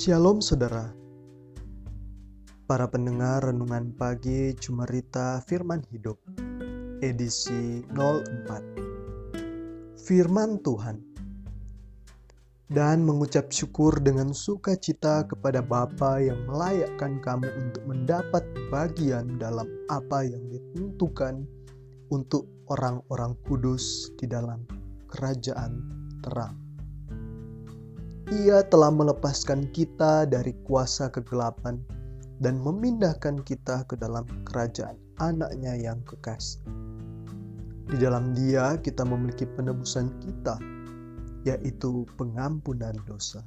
Shalom saudara, para pendengar Renungan Pagi Cumarita Firman Hidup, edisi 04. Firman Tuhan. Dan mengucap syukur dengan sukacita kepada Bapa yang melayakkan kamu untuk mendapat bagian dalam apa yang ditentukan untuk orang-orang kudus di dalam kerajaan terang. Ia telah melepaskan kita dari kuasa kegelapan dan memindahkan kita ke dalam kerajaan Anak-Nya yang kekasih. Di dalam Dia kita memiliki penebusan kita, yaitu pengampunan dosa.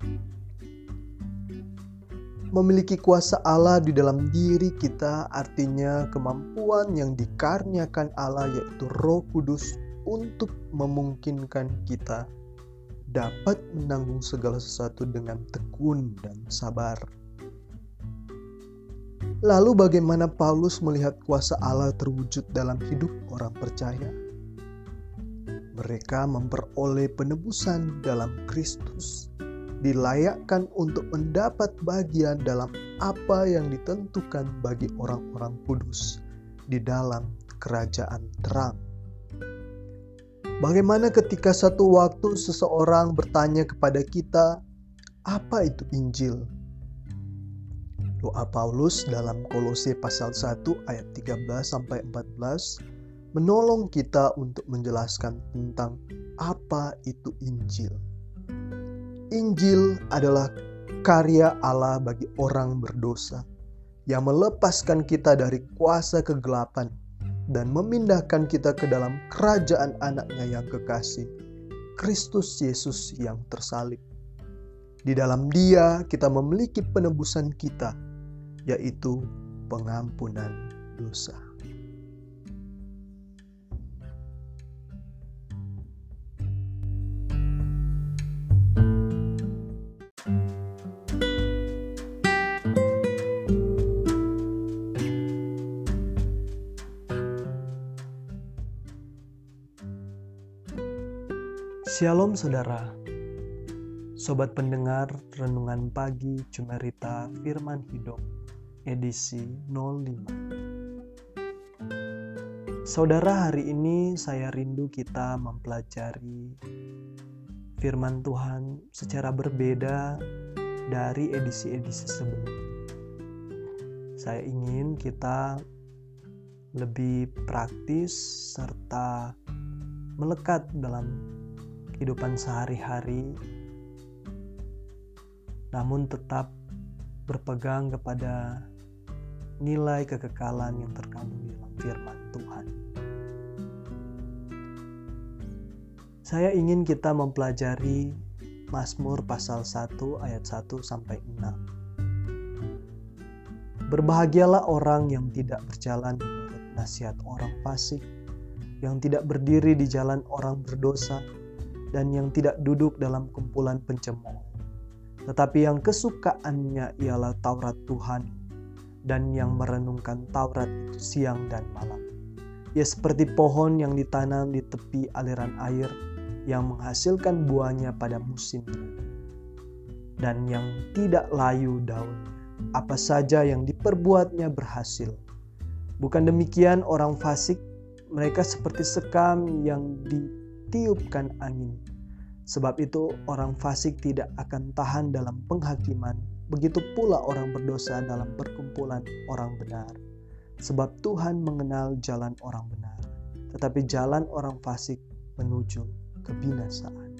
Memiliki kuasa Allah di dalam diri kita artinya kemampuan yang dikaruniakan Allah, yaitu Roh Kudus, untuk memungkinkan kita dapat menanggung segala sesuatu dengan tekun dan sabar. Lalu bagaimana Paulus melihat kuasa Allah terwujud dalam hidup orang percaya? Mereka memperoleh penebusan dalam Kristus, dilayakkan untuk mendapat bagian dalam apa yang ditentukan bagi orang-orang kudus di dalam kerajaan terang. Bagaimana ketika satu waktu seseorang bertanya kepada kita, apa itu Injil? Doa Paulus dalam Kolose pasal 1 ayat 13-14 menolong kita untuk menjelaskan tentang apa itu Injil. Injil adalah karya Allah bagi orang berdosa yang melepaskan kita dari kuasa kegelapan dan memindahkan kita ke dalam kerajaan Anak-Nya yang kekasih, Kristus Yesus yang tersalib. Di dalam Dia kita memiliki penebusan kita, yaitu pengampunan dosa. Shalom saudara, sobat pendengar Renungan Pagi Cumarita Firman Hidup, edisi 05. Saudara, hari ini saya rindu kita mempelajari firman Tuhan secara berbeda dari edisi-edisi sebelumnya. Saya ingin kita lebih praktis serta melekat dalam kehidupan sehari-hari, namun tetap berpegang kepada nilai kekekalan yang terkandung dalam firman Tuhan. Saya ingin kita mempelajari Mazmur pasal 1 ayat 1-6. Berbahagialah orang yang tidak berjalan menurut nasihat orang fasik, yang tidak berdiri di jalan orang berdosa, dan yang tidak duduk dalam kumpulan pencemooh. Tetapi yang kesukaannya ialah Taurat Tuhan, dan yang merenungkan Taurat itu siang dan malam. Ia seperti pohon yang ditanam di tepi aliran air, yang menghasilkan buahnya pada musimnya, dan yang tidak layu daunnya. Apa saja yang diperbuatnya berhasil. Bukan demikian orang fasik, mereka seperti sekam yang ditiupkan angin. Sebab itu orang fasik tidak akan tahan dalam penghakiman, begitu pula orang berdosa dalam perkumpulan orang benar. Sebab Tuhan mengenal jalan orang benar, tetapi jalan orang fasik menuju kebinasaan.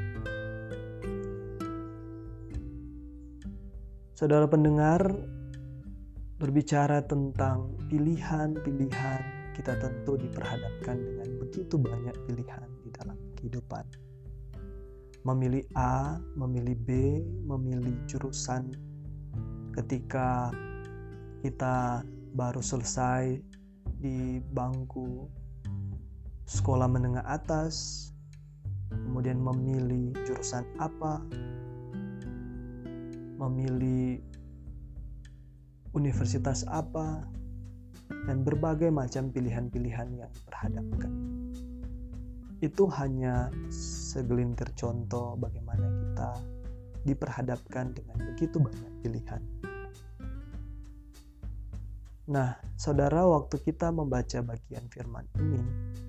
Saudara pendengar, berbicara tentang pilihan-pilihan, kita tentu diperhadapkan dengan begitu banyak pilihan di dalam kehidupan. Memilih A, memilih B, memilih jurusan ketika kita baru selesai di bangku sekolah menengah atas, kemudian memilih jurusan apa, memilih universitas apa, dan berbagai macam pilihan-pilihan yang diperhadapkan. Itu hanya segelintir contoh bagaimana kita diperhadapkan dengan begitu banyak pilihan. Nah, saudara, waktu kita membaca bagian firman ini,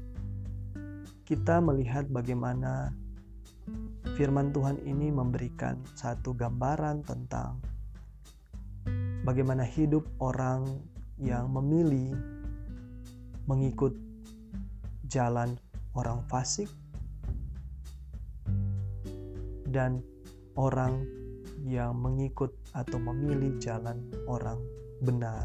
kita melihat bagaimana firman Tuhan ini memberikan satu gambaran tentang bagaimana hidup orang yang memilih mengikut jalan orang fasik dan orang yang mengikut atau memilih jalan orang benar.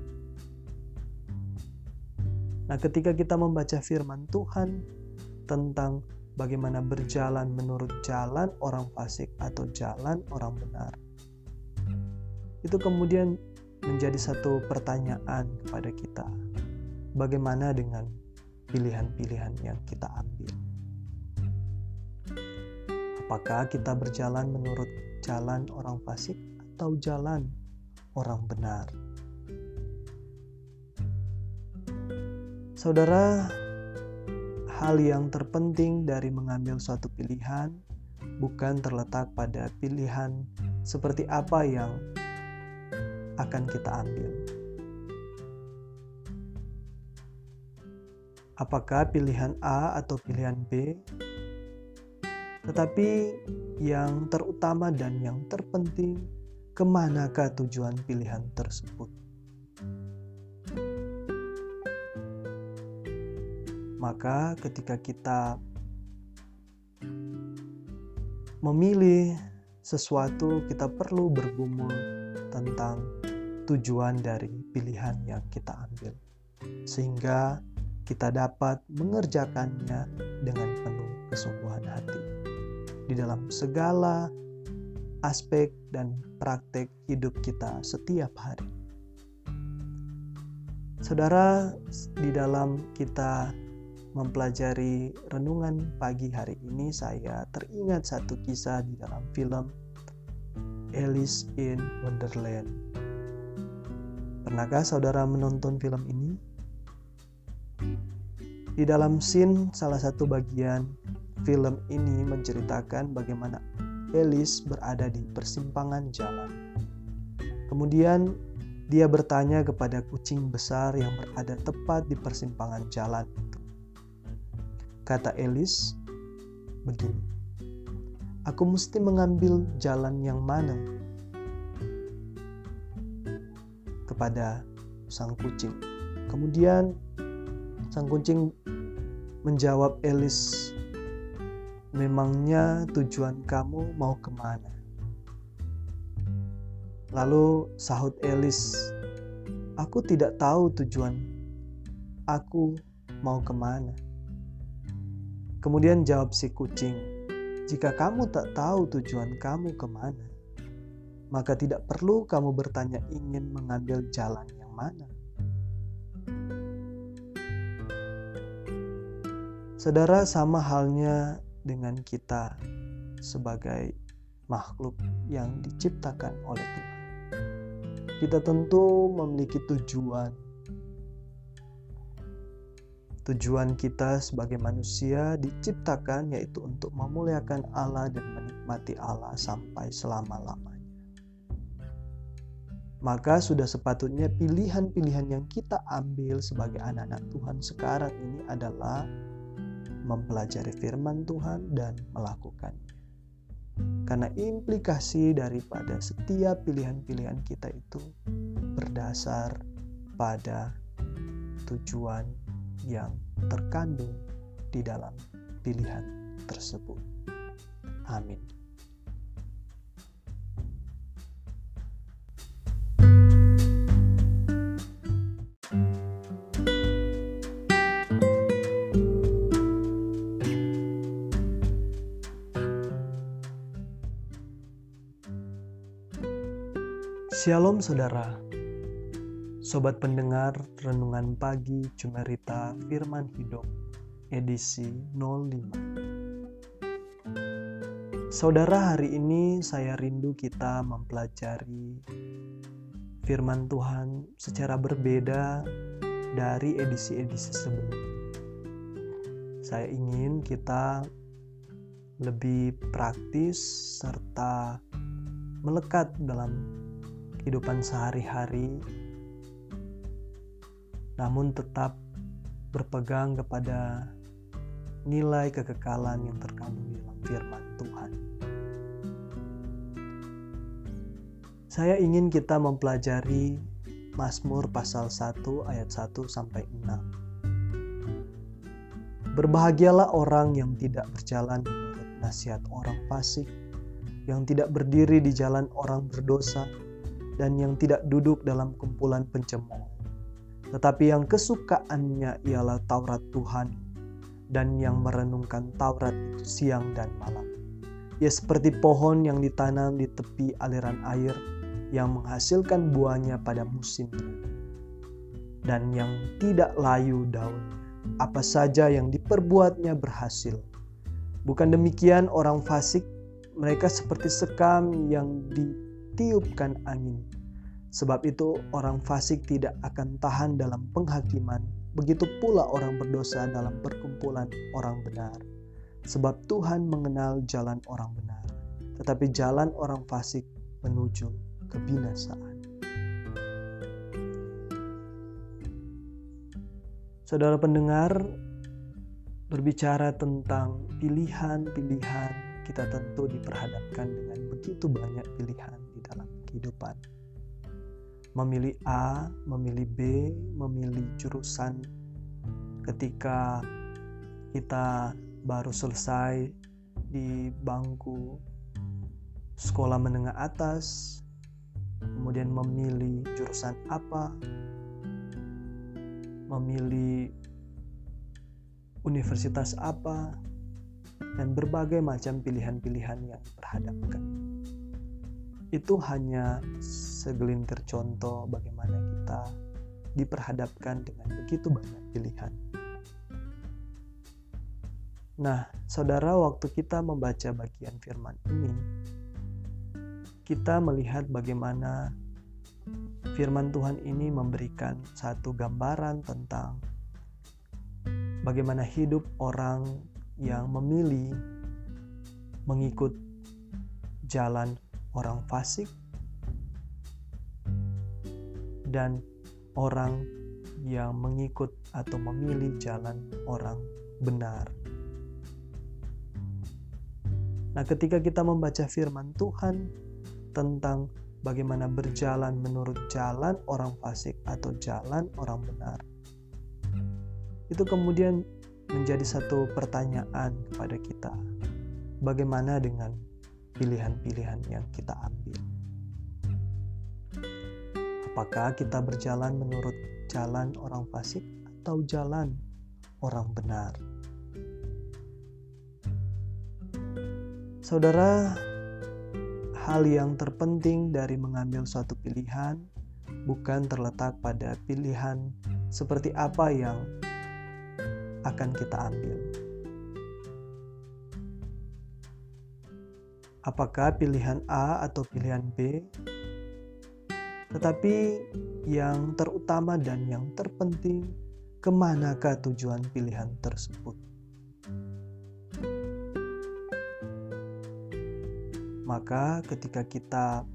Nah, ketika kita membaca firman Tuhan tentang bagaimana berjalan menurut jalan orang fasik atau jalan orang benar, itu kemudian menjadi satu pertanyaan kepada kita. Bagaimana dengan pilihan-pilihan yang kita ambil? Apakah kita berjalan menurut jalan orang fasik atau jalan orang benar? Saudara, hal yang terpenting dari mengambil suatu pilihan bukan terletak pada pilihan seperti apa yang akan kita ambil. Apakah pilihan A atau pilihan B? Tetapi yang terutama dan yang terpenting, kemanakah tujuan pilihan tersebut? Maka ketika kita memilih sesuatu, kita perlu bergumul tentang tujuan dari pilihan yang kita ambil, sehingga kita dapat mengerjakannya dengan penuh kesungguhan hati di dalam segala aspek dan praktek hidup kita setiap hari. Saudara, di dalam kita mempelajari renungan pagi hari ini, saya teringat satu kisah di dalam film Alice in Wonderland. Pernahkah saudara menonton film ini? Di dalam scene salah satu bagian film ini menceritakan bagaimana Alice berada di persimpangan jalan. Kemudian dia bertanya kepada kucing besar yang berada tepat di persimpangan jalan itu. Kata Alice begini, "Aku mesti mengambil jalan yang mana?" Kepada sang kucing. Kemudian sang kucing menjawab Alice, "Memangnya tujuan kamu mau kemana?" Lalu sahut Alice, "Aku tidak tahu tujuan aku mau kemana." Kemudian jawab si kucing, "Jika kamu tak tahu tujuan kamu kemana, maka tidak perlu kamu bertanya ingin mengambil jalan yang mana." Saudara, sama halnya dengan kita sebagai makhluk yang diciptakan oleh Tuhan. Kita tentu memiliki tujuan. Tujuan kita sebagai manusia diciptakan yaitu untuk memuliakan Allah dan menikmati Allah sampai selama-lamanya. Maka sudah sepatutnya pilihan-pilihan yang kita ambil sebagai anak-anak Tuhan sekarang ini adalah mempelajari firman Tuhan dan melakukannya. Karena implikasi daripada setiap pilihan-pilihan kita itu berdasar pada tujuan yang terkandung di dalam pilihan tersebut. Amin. Shalom saudara, sobat pendengar Renungan Pagi Cumerita Firman Hidup edisi 05. Saudara, hari ini saya rindu kita mempelajari firman Tuhan secara berbeda dari edisi-edisi sebelumnya. Saya ingin kita lebih praktis serta melekat dalam kehidupan sehari-hari, namun tetap berpegang kepada nilai kekekalan yang terkandung di dalam firman Tuhan. Saya ingin kita mempelajari Mazmur pasal 1 ayat 1 sampai 6. Berbahagialah orang yang tidak berjalan menurut nasihat orang fasik, yang tidak berdiri di jalan orang berdosa, dan yang tidak duduk dalam kumpulan pencemooh. Tetapi yang kesukaannya ialah Taurat Tuhan, dan yang merenungkan Taurat itu siang dan malam. Ia seperti pohon yang ditanam di tepi aliran air, yang menghasilkan buahnya pada musimnya, dan yang tidak layu daunnya. Apa saja yang diperbuatnya berhasil. Bukan demikian orang fasik, mereka seperti sekam yang ditiupkan angin. Sebab itu orang fasik tidak akan tahan dalam penghakiman, begitu pula orang berdosa dalam perkumpulan orang benar. Sebab Tuhan mengenal jalan orang benar, tetapi jalan orang fasik menuju kebinasaan. Saudara pendengar, berbicara tentang pilihan-pilihan, kita tentu diperhadapkan dengan begitu banyak pilihan di dalam kehidupan. Memilih A, memilih B, memilih jurusan ketika kita baru selesai di bangku sekolah menengah atas, kemudian memilih jurusan apa, memilih universitas apa, dan berbagai macam pilihan-pilihan yang diperhadapkan. Itu hanya segelintir contoh bagaimana kita diperhadapkan dengan begitu banyak pilihan. Nah, saudara, waktu kita membaca bagian firman ini, kita melihat bagaimana firman Tuhan ini memberikan satu gambaran tentang bagaimana hidup orang yang memilih mengikut jalan orang fasik dan orang yang mengikut atau memilih jalan orang benar. Nah, ketika kita membaca firman Tuhan tentang bagaimana berjalan menurut jalan orang fasik atau jalan orang benar, itu kemudian menjadi satu pertanyaan kepada kita. Bagaimana dengan pilihan-pilihan yang kita ambil? Apakah kita berjalan menurut jalan orang fasik atau jalan orang benar? Saudara, hal yang terpenting dari mengambil suatu pilihan bukan terletak pada pilihan seperti apa yang akan kita ambil. Apakah pilihan A atau pilihan B? Tetapi yang terutama dan yang terpenting, kemanakah tujuan pilihan tersebut? Maka ketika kita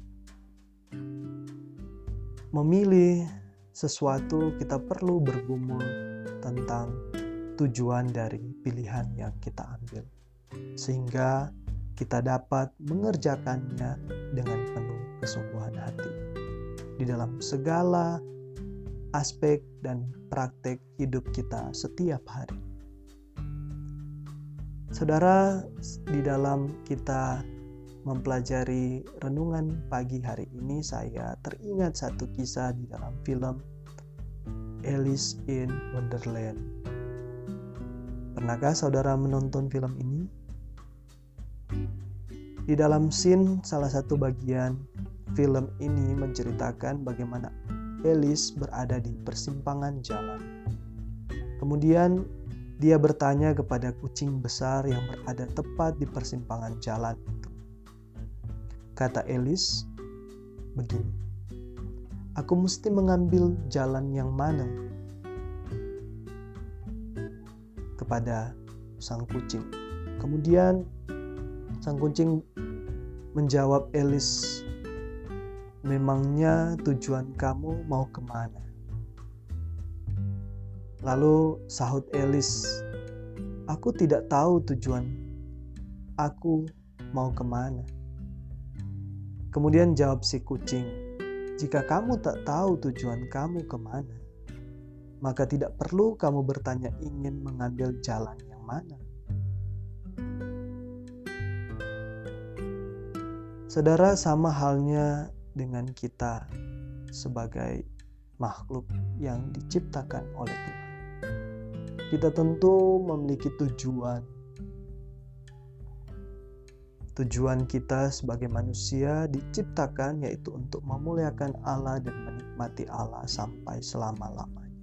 memilih sesuatu, kita perlu bergumul tentang tujuan dari pilihan yang kita ambil, sehingga kita dapat mengerjakannya dengan penuh kesungguhan hati di dalam segala aspek dan praktek hidup kita setiap hari. Saudara, di dalam kita mempelajari renungan pagi hari ini, saya teringat satu kisah di dalam film Alice in Wonderland. Pernahkah saudara menonton film ini? Di dalam scene salah satu bagian film ini menceritakan bagaimana Alice berada di persimpangan jalan. Kemudian dia bertanya kepada kucing besar yang berada tepat di persimpangan jalan itu. Kata Alice begini, "Aku mesti mengambil jalan yang mana?" Kepada sang kucing. Kemudian sang kucing menjawab Elis, "Memangnya tujuan kamu mau kemana?" Lalu sahut Elis, "Aku tidak tahu tujuan aku mau kemana." Kemudian jawab si kucing, "Jika kamu tak tahu tujuan kamu kemana, maka tidak perlu kamu bertanya ingin mengambil jalan yang mana." Saudara, sama halnya dengan kita sebagai makhluk yang diciptakan oleh Tuhan. Kita tentu memiliki tujuan. Tujuan kita sebagai manusia diciptakan yaitu untuk memuliakan Allah dan menikmati Allah sampai selama-lamanya.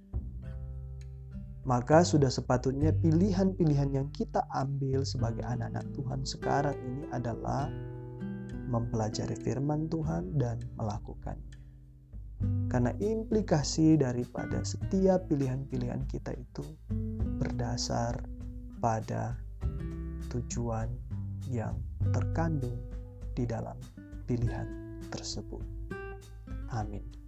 Maka sudah sepatutnya pilihan-pilihan yang kita ambil sebagai anak-anak Tuhan sekarang ini adalah mempelajari firman Tuhan dan melakukannya. Karena implikasi daripada setiap pilihan-pilihan kita itu berdasar pada tujuan yang terkandung di dalam pilihan tersebut. Amin.